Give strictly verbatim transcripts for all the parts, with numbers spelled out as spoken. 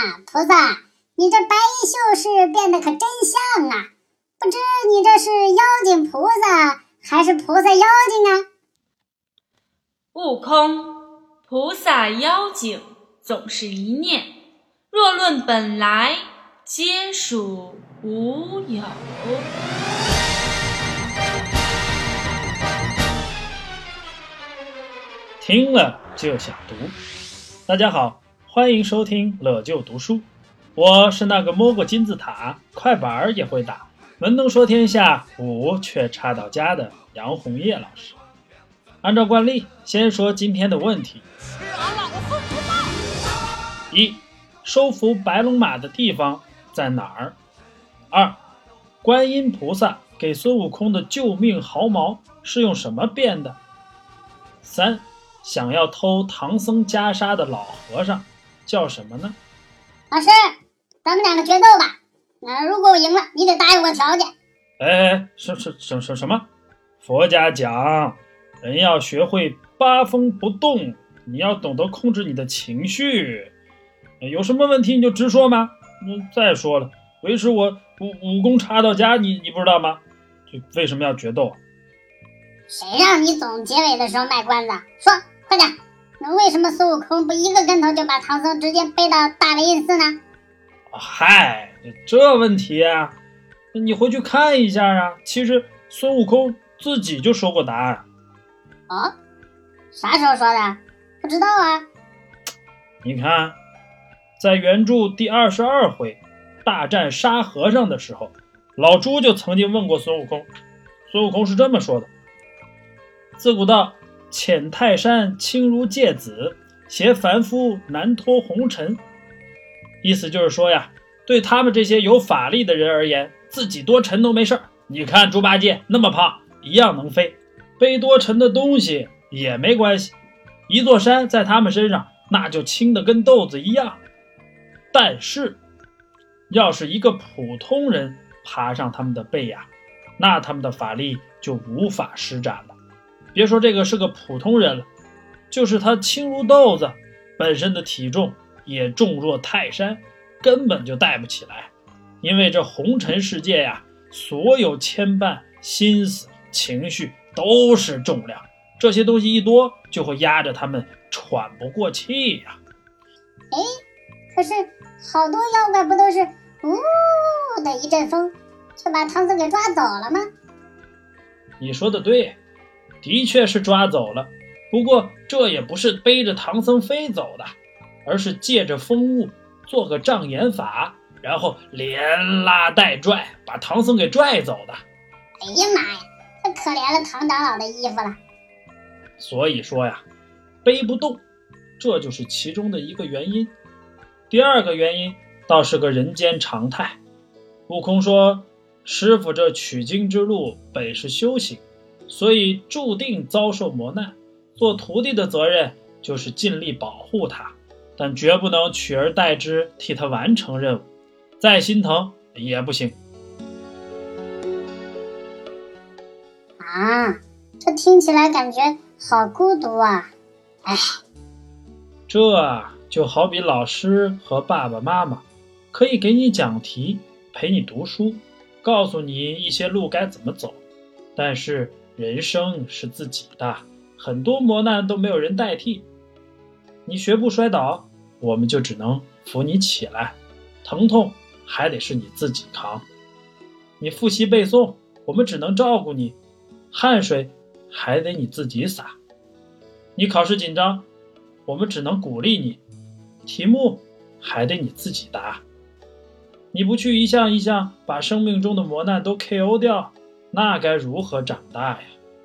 菩萨，你这白衣秀士变得可真像啊！不知你这是妖精菩萨还是菩萨妖精啊？ 悟空，菩萨妖精总是一念，若论本来，皆属无有。 听了就想读。大家好，欢迎收听乐就读书，我是那个摸过金字塔，快板也会打，文能说天下，武却插到家的杨红叶老师。按照惯例，先说今天的问题。一，收服白龙马的地方在哪儿？二，观音菩萨给孙悟空的救命毫毛是用什么变的？三，想要偷唐僧袈裟的老和尚叫什么呢？ 老师，咱们两个决斗吧。那如果我赢了，你得答应我条件。 哎，什什什什什么？佛家讲，人要学会八风不动，你要懂得控制你的情绪。有什么问题你就直说嘛。嗯，再说了，维持我武武功插到家，你你不知道吗？这为什么要决斗啊？ 谁让你总结尾的时候卖关子？说，快点！那为什么孙悟空不一个跟头就把唐僧直接背到大雷音寺呢？ 嗨，这问题啊，你回去看一下啊。其实孙悟空自己就说过答案。 哦，啥时候说的？不知道啊。 你看，在原著第二十二回大战沙和尚的时候，老朱就曾经问过孙悟空，孙悟空是这么说的：自古道，遣泰山轻如芥子，携凡夫难脱红尘。意思就是说呀，对他们这些有法力的人而言，自己多沉都没事。你看猪八戒那么胖，一样能飞，背多沉的东西也没关系，一座山在他们身上那就轻的跟豆子一样。但是要是一个普通人爬上他们的背呀，那他们的法力就无法施展了。别说这个是个普通人了，就是他轻如豆子，本身的体重也重若泰山，根本就带不起来。因为这红尘世界呀，所有牵绊、心思、情绪都是重量，这些东西一多就会压着他们喘不过气呀。 哎，可是好多妖怪不都是呜的一阵风就把唐僧给抓走了吗？ 你说的对，的确是抓走了，不过这也不是背着唐僧飞走的，而是借着风雾做个障眼法，然后连拉带拽把唐僧给拽走的。 哎呀妈呀，这可怜了唐长老的衣服了。 所以说呀，背不动，这就是其中的一个原因。第二个原因倒是个人间常态。悟空说，师父这取经之路本是修行，所以注定遭受磨难，做徒弟的责任就是尽力保护他，但绝不能取而代之替他完成任务，再心疼也不行。 啊，这听起来感觉好孤独啊。哎， 这就好比老师和爸爸妈妈可以给你讲题，陪你读书，告诉你一些路该怎么走，但是人生是自己的，很多磨难都没有人代替。你学步摔倒，我们就只能扶你起来，疼痛还得是你自己扛。你复习背诵，我们只能照顾你，汗水还得你自己洒。你考试紧张，我们只能鼓励你，题目还得你自己答。你不去一项一项把生命中的磨难都 K O 掉，那该如何长大呀？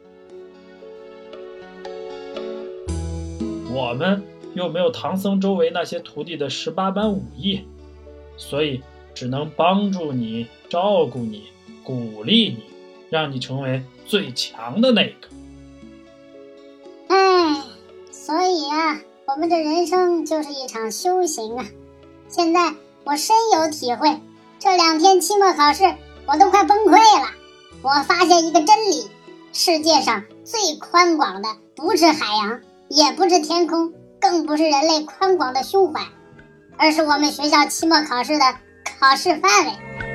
我们又没有唐僧周围那些徒弟的十八般武艺，所以只能帮助你，照顾你，鼓励你，让你成为最强的那个。 哎，所以啊，我们这人生就是一场修行啊。现在我深有体会，这两天期末考试我都快崩溃了。我发现一个真理，世界上最宽广的不是海洋，也不是天空，更不是人类宽广的胸怀，而而是我们学校期末考试的考试范围。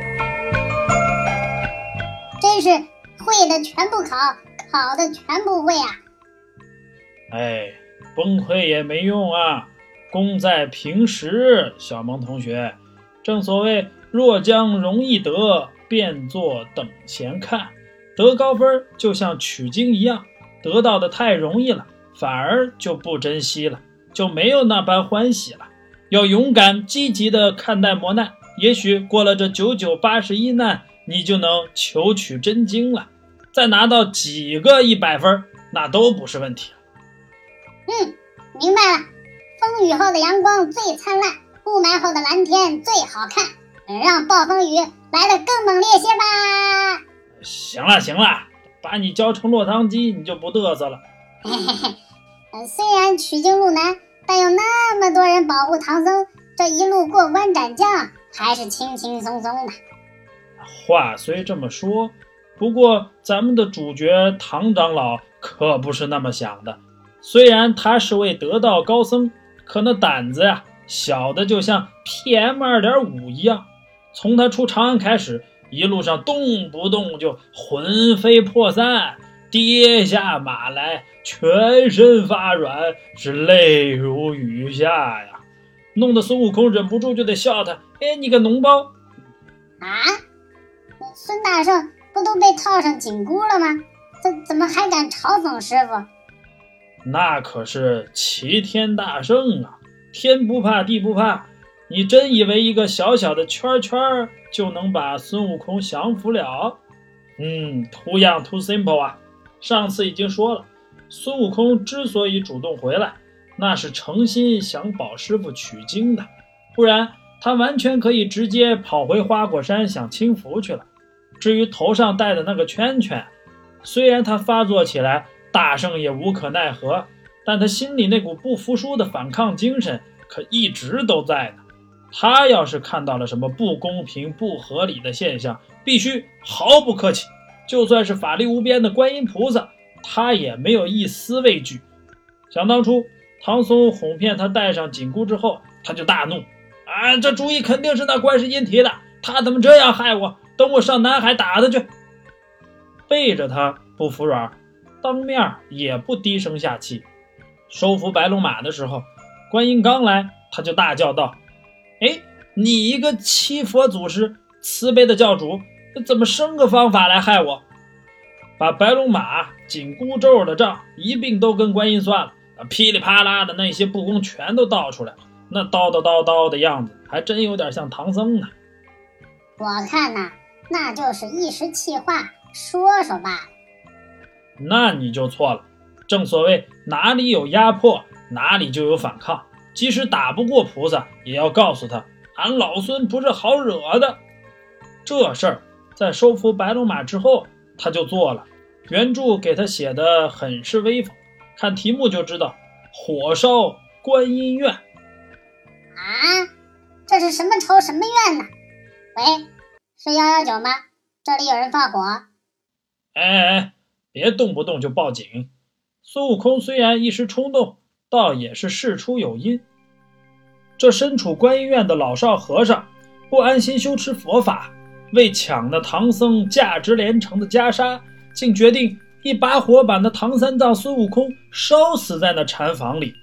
真是会的全部考，考的全不会啊！ 哎，崩溃也没用啊，功在平时，小萌同学。正所谓若将容易得，便作等闲看。得高分就像取经一样，得到的太容易了，反而就不珍惜了，就没有那般欢喜了。要勇敢积极地看待磨难，也许过了这九九八十一难，你就能求取真经了，再拿到几个一百分，那都不是问题了。 嗯，明白了。风雨后的阳光最灿烂，雾霾后的蓝天最好看，让暴风雨来得更猛烈些吧。 行了行了，把你教成落汤鸡，你就不嘚瑟了。 嘿嘿嘿，虽然取经路难，但有那么多人保护唐僧，这一路过关斩将还是轻轻松松的。 话虽这么说，不过咱们的主角唐长老可不是那么想的。虽然他是位得道高僧，可那胆子呀，小的就像 P M 二点五 一样。从他出长安开始，一路上动不动就魂飞魄散，跌下马来，全身发软，是泪如雨下呀，弄得孙悟空忍不住就得笑他，哎，你个脓包啊！孙大圣不都被套上紧箍了吗？怎怎么还敢嘲讽师傅？ 那可是齐天大圣啊，天不怕地不怕，你真以为一个小小的圈圈就能把孙悟空降服了？嗯 too young too simple 啊。上次已经说了，孙悟空之所以主动回来，那是诚心想保师傅取经的，不然他完全可以直接跑回花果山享清福去了。至于头上戴的那个圈圈，虽然他发作起来大圣也无可奈何，但他心里那股不服输的反抗精神可一直都在呢。他要是看到了什么不公平不合理的现象，必须毫不客气，就算是法力无边的观音菩萨，他也没有一丝畏惧。想当初唐僧哄骗他戴上紧箍之后，他就大怒啊，这主意肯定是那观世音提的，他怎么这样害我，等我上南海打他去。背着他不服软，当面也不低声下气。收服白龙马的时候，观音刚来，他就大叫道，哎，你一个七佛祖师慈悲的教主，怎么生个方法来害我？把白龙马紧箍咒的账一并都跟观音算了，噼里啪啦的那些不公全都倒出来，那叨叨叨叨的样子还真有点像唐僧呢。 我看呐、啊，那就是一时气话，说说罢了。 那你就错了，正所谓哪里有压迫，哪里就有反抗。即使打不过菩萨，也要告诉他，俺老孙不是好惹的。这事儿在收服白龙马之后，他就做了。原著给他写的很是威风，看题目就知道，火烧观音院。 啊，这是什么仇什么怨呢？喂，是一一九吗？这里有人放火。 哎哎，别动不动就报警。孙悟空虽然一时冲动，倒也是事出有因。这身处观音院的老少和尚不安心修持佛法，为抢那唐僧价值连城的袈裟，竟决定一把火把那唐三藏孙悟空烧死在那禅房里。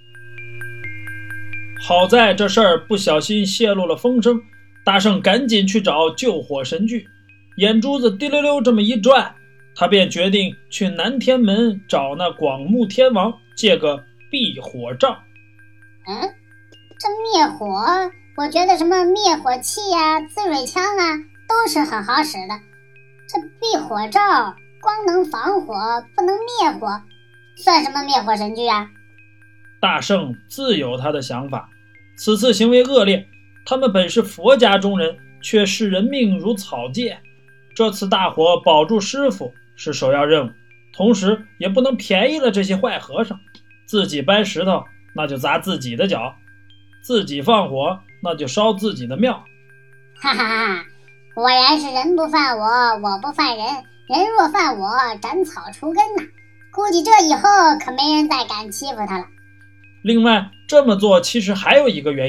好在这事儿不小心泄露了风声，大圣赶紧去找救火神具，眼珠子滴溜溜这么一转，他便决定去南天门找那广目天王借个避火杖。 嗯，这灭火，我觉得什么灭火器啊、滋水枪啊都是很好使的。这避火罩光能防火，不能灭火，算什么灭火神具啊？ 大圣自有他的想法，此次行为恶劣，他们本是佛家中人，却视人命如草芥。这次大火保住师傅是首要任务，同时也不能便宜了这些坏和尚。自己搬石头，那就砸自己的脚；自己放火，那就烧自己的庙。 哈哈哈，果然是人不犯我，我不犯人，人若犯我，斩草除根呐、啊。估计这以后可没人再敢欺负他了。 另外，这么做其实还有一个原因，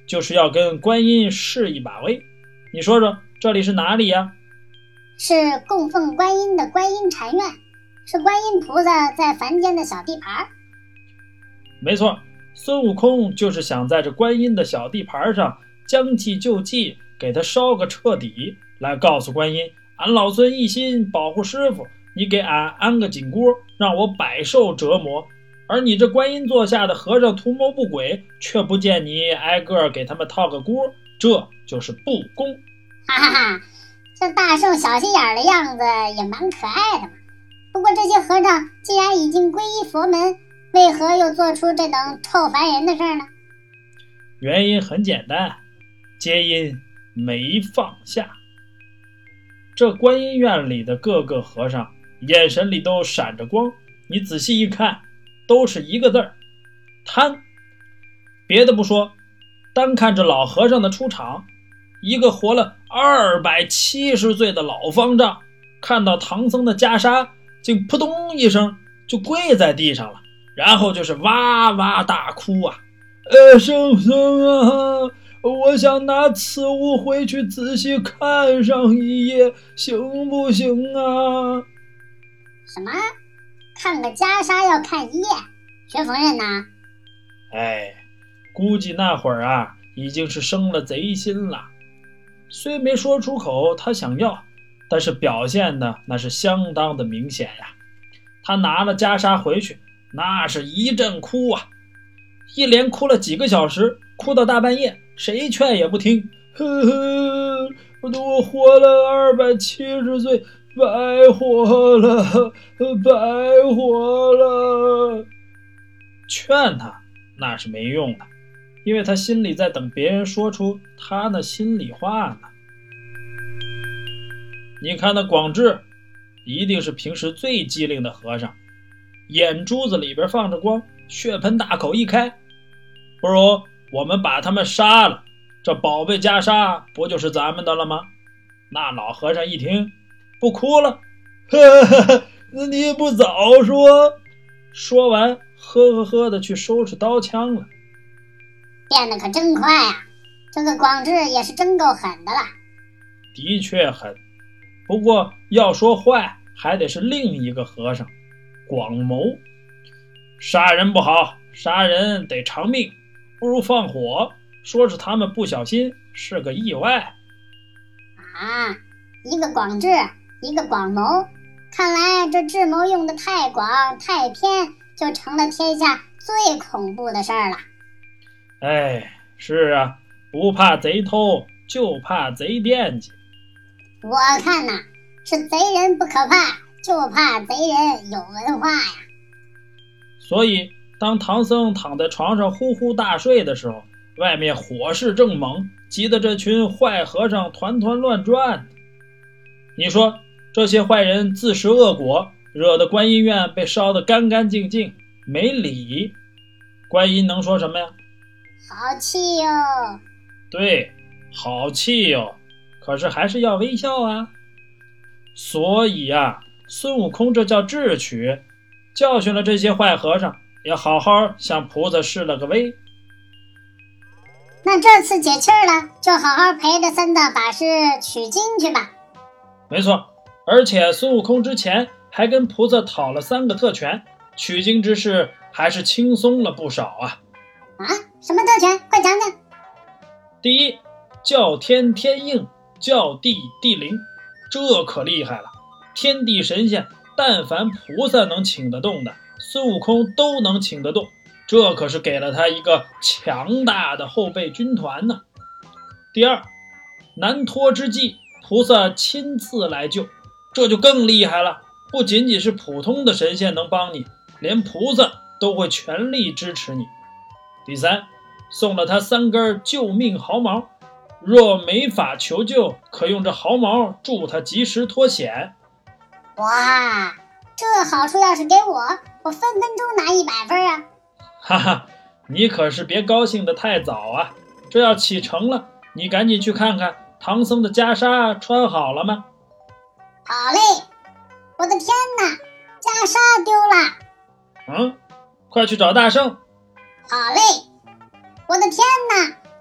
就是要跟观音试一把威。你说说，这里是哪里呀？ 是供奉观音的观音禅院，是观音菩萨在凡间的小地盘。 没错，孙悟空就是想在这观音的小地盘上将计就计，给他烧个彻底，来告诉观音，俺老孙一心保护师傅，你给俺安个紧箍，让我百受折磨。而你这观音座下的和尚图谋不轨，却不见你挨个给他们套个箍，这就是不公。 哈哈哈，这大圣小心眼的样子也蛮可爱的嘛。不过这些和尚既然已经皈依佛门，为何又做出这等臭烦人的事呢？ 原因很简单，皆因没放下。这观音院里的各个和尚眼神里都闪着光，你仔细一看，都是一个字儿，贪。别的不说，单看这老和尚的出场，一个活了二百七十岁的老方丈，看到唐僧的袈裟，竟扑通一声就跪在地上了，然后就是哇哇大哭啊！呃，圣僧啊，我想拿此物回去仔细看上一夜，行不行啊？ 什么？看个袈裟要看一夜？学缝纫呢？ 哎，估计那会儿啊，已经是生了贼心了。虽没说出口他想要，但是表现的那是相当的明显呀。他拿了袈裟回去，那是一阵哭啊，一连哭了几个小时，哭到大半夜，谁劝也不听。呵呵，我活了二百七十岁，白活了，白活了。劝他那是没用的，因为他心里在等别人说出他那心里话呢。你看那广智，一定是平时最机灵的和尚，眼珠子里边放着光，血盆大口一开，不如我们把他们杀了，这宝贝袈裟不就是咱们的了吗？那老和尚一听，不哭了，呵呵呵，那你不早说。说完呵呵呵的去收拾刀枪了。 变得可真快啊，这个广智也是真够狠的了。 的确狠，不过要说坏，还得是另一个和尚广谋。杀人不好，杀人得偿命，不如放火，说是他们不小心，是个意外啊。一个广智，一个广谋，看来这智谋用的太广太偏，就成了天下最恐怖的事儿了。 哎，是啊，不怕贼偷，就怕贼惦记。 我看呐，是贼人不可怕，就怕贼人有文化呀。 所以当唐僧躺在床上呼呼大睡的时候，外面火势正猛，急得这群坏和尚团团乱转。你说这些坏人自食恶果，惹得观音院被烧得干干净净，没理。观音能说什么呀？ 好气哟！ 对，好气哟，可是还是要微笑啊。所以啊，孙悟空这叫智取，教训了这些坏和尚，也好好向菩萨示了个威。 那这次解气儿了，就好好陪着三藏法师取经去吧。 没错，而且孙悟空之前还跟菩萨讨了三个特权，取经之事还是轻松了不少啊。 啊，什么特权？快讲讲。 第一，叫天天应，叫地地灵，这可厉害了。天地神仙，但凡菩萨能请得动的，孙悟空都能请得动，这可是给了他一个强大的后备军团呢。第二，难脱之际，菩萨亲自来救，这就更厉害了。不仅仅是普通的神仙能帮你，连菩萨都会全力支持你。第三，送了他三根救命毫毛，若没法求救，可用这毫毛助他及时脱险。 哇，这好处要是给我，我分分钟拿一百分啊！ 哈哈，你可是别高兴得太早啊！这要启程了，你赶紧去看看唐僧的袈裟穿好了吗？ 好嘞！我的天哪，袈裟丢了！ 嗯，快去找大圣。 好嘞！我的天哪，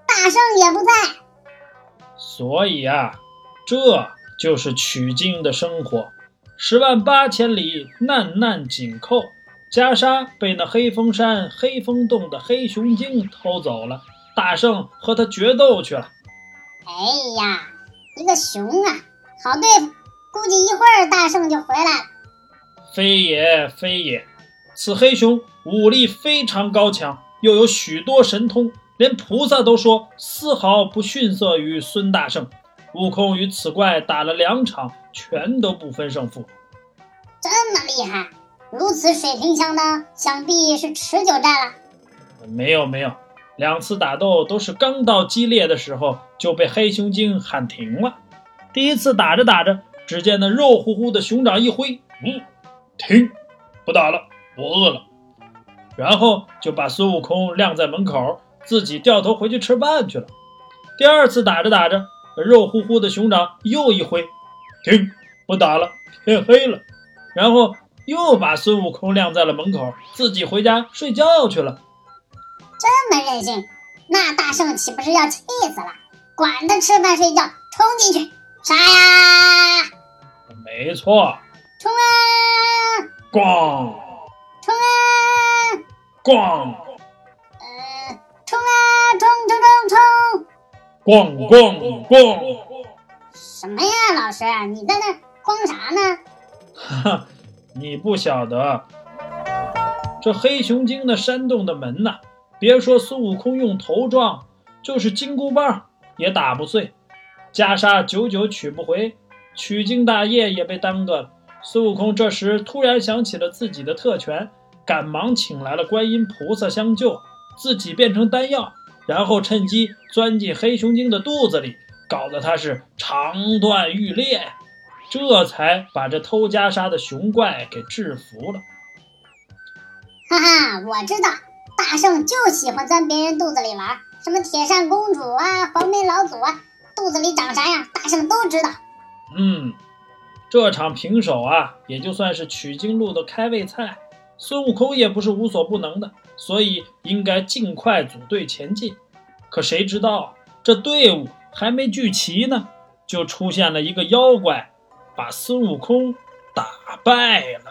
大圣也不在。 所以啊，这就是取经的生活，十万八千里，难难紧扣。袈裟被那黑风山黑风洞的黑熊精偷走了，大圣和他决斗去了。 哎呀，一个熊啊，好对付，估计一会儿大圣就回来了。 非也非也，此黑熊武力非常高强，又有许多神通，连菩萨都说丝毫不逊色于孙大圣。悟空与此怪打了两场，全都不分胜负。 这么厉害，如此水平相当，想必是持久战了。 没有没有，两次打斗都是刚到激烈的时候就被黑熊精喊停了。第一次打着打着，只见那肉乎乎的熊掌一挥，嗯，停，不打了，我饿了。然后就把孙悟空晾在门口，自己掉头回去吃饭去了。第二次打着打着，肉乎乎的熊掌又一挥，停，不打了，天黑了。然后又把孙悟空晾在了门口，自己回家睡觉去了。 这么任性，那大圣岂不是要气死了？管他吃饭睡觉，冲进去杀呀！ 没错， 冲啊！ 咣！ 冲啊！ 咣！ 呃，冲啊！冲冲冲冲！ 咣咣咣！ 什么呀，老师，你在那慌啥呢？ 哈哈，你不晓得，这黑熊精的山洞的门呐、啊，别说孙悟空用头撞，就是金箍棒也打不碎。袈裟久久取不回，取经大业也被耽搁了。孙悟空这时突然想起了自己的特权，赶忙请来了观音菩萨相救，自己变成丹药，然后趁机钻进黑熊精的肚子里，搞得他是肠断欲裂，这才把这偷袈裟的熊怪给制服了。 哈哈，我知道，大圣就喜欢钻别人肚子里玩，什么铁扇公主啊，黄眉老祖啊，肚子里长啥样，大圣都知道。 嗯，这场平手啊，也就算是取经路的开胃菜。孙悟空也不是无所不能的，所以应该尽快组队前进。可谁知道这队伍还没聚齐呢，就出现了一个妖怪，把孙悟空打败了。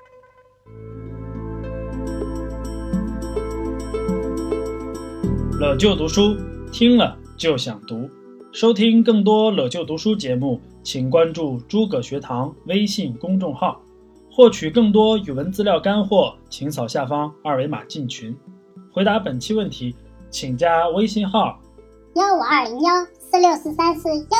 乐就读书，听了就想读。收听更多乐就读书节目，请关注诸葛学堂微信公众号。获取更多语文资料干货，请扫下方二维码进群。回答本期问题，请加微信号幺五二零幺四六四三四幺。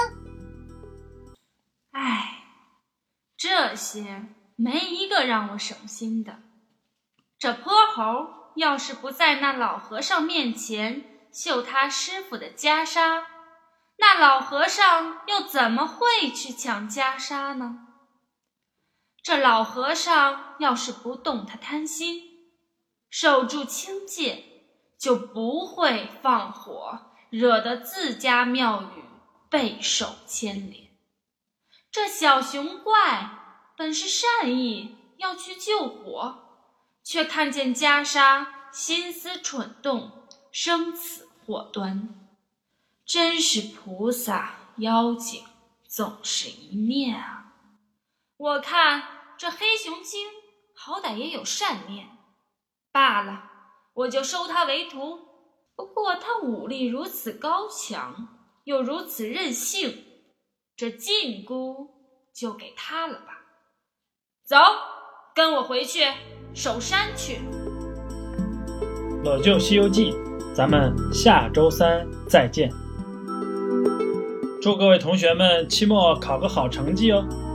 唉，这些没一个让我省心的。这泼猴要是不在那老和尚面前秀他师傅的袈裟，那老和尚又怎么会去抢袈裟呢？这老和尚要是不动他贪心，守住清戒，就不会放火，惹得自家庙宇备受牵连。这小熊怪本是善意要去救火，却看见袈裟，心思蠢动，生此祸端。真是菩萨妖精总是一念啊！我看这黑熊精好歹也有善念，罢了，我就收他为徒。不过他武力如此高强，又如此任性，这禁箍就给他了吧。走，跟我回去守山去。 乐就西游记，咱们下周三再见。祝各位同学们期末考个好成绩哦。